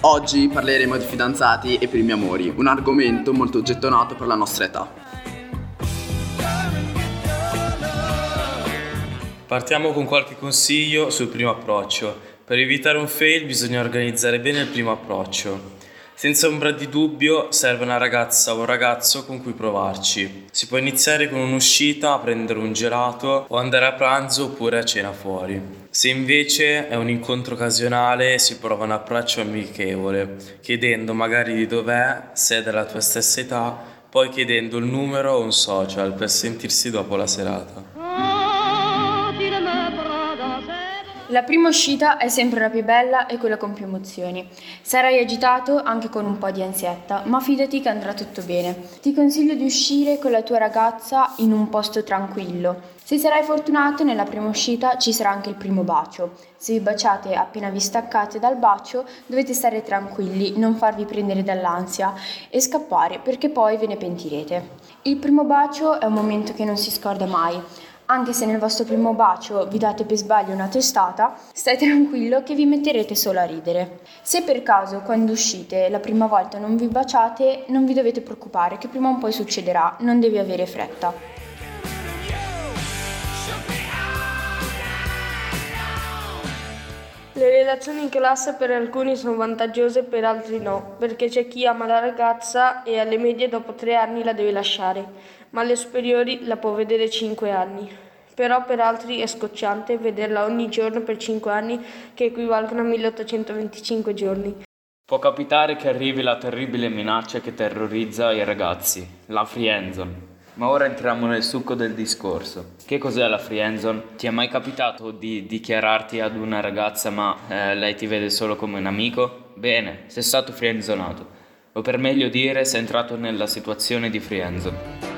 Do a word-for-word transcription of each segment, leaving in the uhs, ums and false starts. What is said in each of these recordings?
Oggi parleremo di fidanzati e primi amori, un argomento molto gettonato per la nostra età. Partiamo con qualche consiglio sul primo approccio. Per evitare un fail bisogna organizzare bene il primo approccio. Senza ombra di dubbio serve una ragazza o un ragazzo con cui provarci. Si può iniziare con un'uscita, a prendere un gelato o andare a pranzo oppure a cena fuori. Se invece è un incontro occasionale si prova un approccio amichevole, chiedendo magari di dov'è, se è della tua stessa età, poi chiedendo il numero o un social per sentirsi dopo la serata. La prima uscita è sempre la più bella e quella con più emozioni. Sarai agitato anche con un po' di ansietta, ma fidati che andrà tutto bene. Ti consiglio di uscire con la tua ragazza in un posto tranquillo. Se sarai fortunato, nella prima uscita ci sarà anche il primo bacio. Se vi baciate appena vi staccate dal bacio, dovete stare tranquilli, non farvi prendere dall'ansia e scappare, perché poi ve ne pentirete. Il primo bacio è un momento che non si scorda mai. Anche se nel vostro primo bacio vi date per sbaglio una testata, stai tranquillo che vi metterete solo a ridere. Se per caso quando uscite la prima volta non vi baciate, non vi dovete preoccupare che prima o poi succederà, non devi avere fretta. Le relazioni in classe per alcuni sono vantaggiose, per altri no, perché c'è chi ama la ragazza e alle medie dopo tre anni la deve lasciare, ma alle superiori la può vedere cinque anni. Però per altri è scocciante vederla ogni giorno per cinque anni, che equivalgono a milleottocentoventicinque giorni. Può capitare che arrivi la terribile minaccia che terrorizza i ragazzi, la friendzone. Ma ora entriamo nel succo del discorso. Che cos'è la friendzone? Ti è mai capitato di dichiararti ad una ragazza ma eh, lei ti vede solo come un amico? Bene, sei stato friendzonato. O per meglio dire, sei entrato nella situazione di friendzone.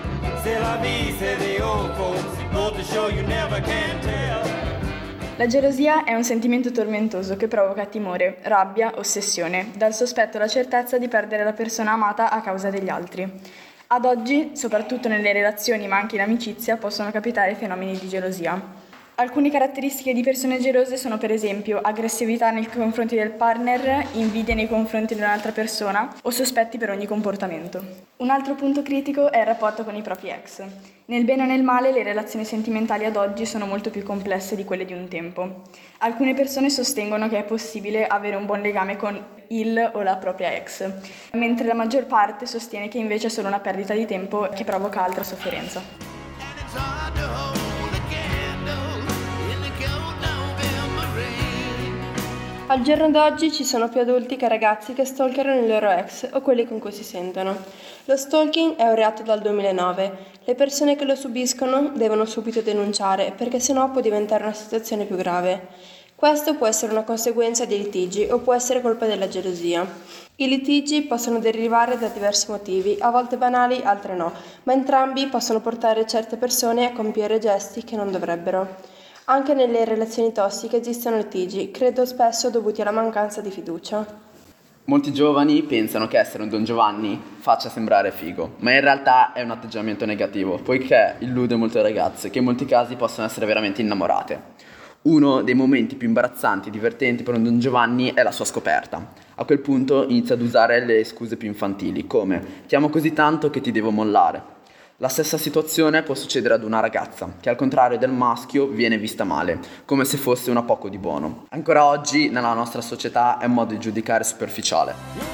La gelosia è un sentimento tormentoso che provoca timore, rabbia, ossessione, dal sospetto alla certezza di perdere la persona amata a causa degli altri. Ad oggi, soprattutto nelle relazioni ma anche in amicizia, possono capitare fenomeni di gelosia. Alcune caratteristiche di persone gelose sono per esempio aggressività nei confronti del partner, invidia nei confronti di un'altra persona o sospetti per ogni comportamento. Un altro punto critico è il rapporto con i propri ex. Nel bene o nel male le relazioni sentimentali ad oggi sono molto più complesse di quelle di un tempo. Alcune persone sostengono che è possibile avere un buon legame con il o la propria ex, mentre la maggior parte sostiene che invece è solo una perdita di tempo che provoca altra sofferenza. Al giorno d'oggi ci sono più adulti che ragazzi che stalkerano i loro ex o quelli con cui si sentono. Lo stalking è un reato dal duemilanove. Le persone che lo subiscono devono subito denunciare perché sennò può diventare una situazione più grave. Questo può essere una conseguenza di litigi o può essere colpa della gelosia. I litigi possono derivare da diversi motivi, a volte banali, altre no, ma entrambi possono portare certe persone a compiere gesti che non dovrebbero. Anche nelle relazioni tossiche esistono litigi, credo spesso dovuti alla mancanza di fiducia. Molti giovani pensano che essere un Don Giovanni faccia sembrare figo, ma in realtà è un atteggiamento negativo, poiché illude molte ragazze che in molti casi possono essere veramente innamorate. Uno dei momenti più imbarazzanti e divertenti per un Don Giovanni è la sua scoperta. A quel punto inizia ad usare le scuse più infantili, come «ti amo così tanto che ti devo mollare». La stessa situazione può succedere ad una ragazza, che al contrario del maschio viene vista male, come se fosse una poco di buono. Ancora oggi nella nostra società è un modo di giudicare superficiale.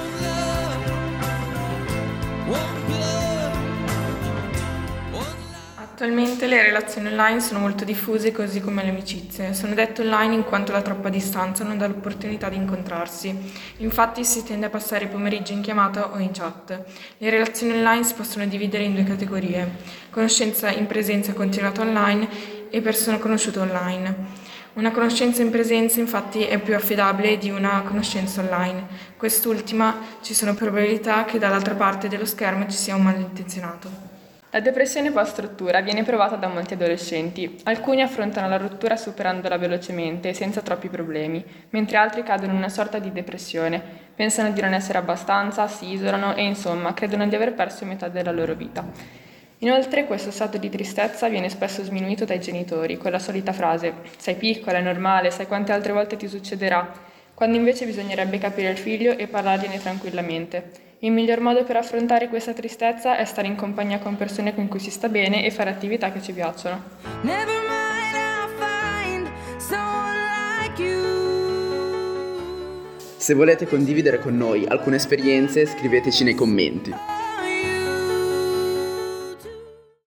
Attualmente le relazioni online sono molto diffuse, così come le amicizie. Sono dette online in quanto la troppa distanza non dà l'opportunità di incontrarsi. Infatti si tende a passare i pomeriggi in chiamata o in chat. Le relazioni online si possono dividere in due categorie: conoscenza in presenza continuata online e persona conosciuta online. Una conoscenza in presenza infatti è più affidabile di una conoscenza online. Quest'ultima ci sono probabilità che dall'altra parte dello schermo ci sia un malintenzionato. La depressione post-rottura viene provata da molti adolescenti. Alcuni affrontano la rottura superandola velocemente e senza troppi problemi, mentre altri cadono in una sorta di depressione, pensano di non essere abbastanza, si isolano e insomma credono di aver perso metà della loro vita. Inoltre questo stato di tristezza viene spesso sminuito dai genitori con la solita frase «sei piccola, è normale, sai quante altre volte ti succederà?». quando invece bisognerebbe capire il figlio e parlargliene tranquillamente. Il miglior modo per affrontare questa tristezza è stare in compagnia con persone con cui si sta bene e fare attività che ci piacciono. Se volete condividere con noi alcune esperienze, scriveteci nei commenti.